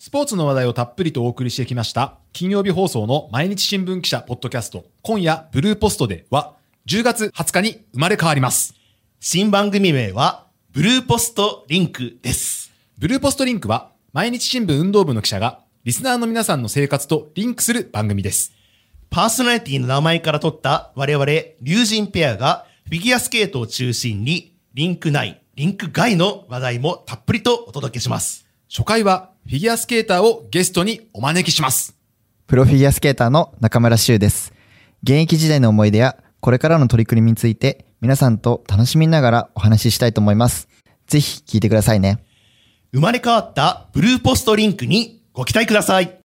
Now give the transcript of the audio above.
スポーツの話題をたっぷりとお送りしてきました金曜日放送の毎日新聞記者ポッドキャスト今夜ブルーポストでは10月20日に生まれ変わります。 新番組名はブルーポストリンクです。 ブルーポストリンクは毎日新聞運動部の記者がリスナーの皆さんの生活とリンクする番組です。 パーソナリティの名前から取った我々龍神ペアがフィギュアスケートを中心にリンク内、リンク外の話題もたっぷりとお届けします。 初回はフィギュアスケーターをゲストにお招きします。 プロフィギュアスケーターの中村修です。現役時代の思い出やこれからの取り組みについて皆さんと楽しみながらお話ししたいと思います。ぜひ聞いてくださいね。 生まれ変わったブルーポストリンクにご期待ください。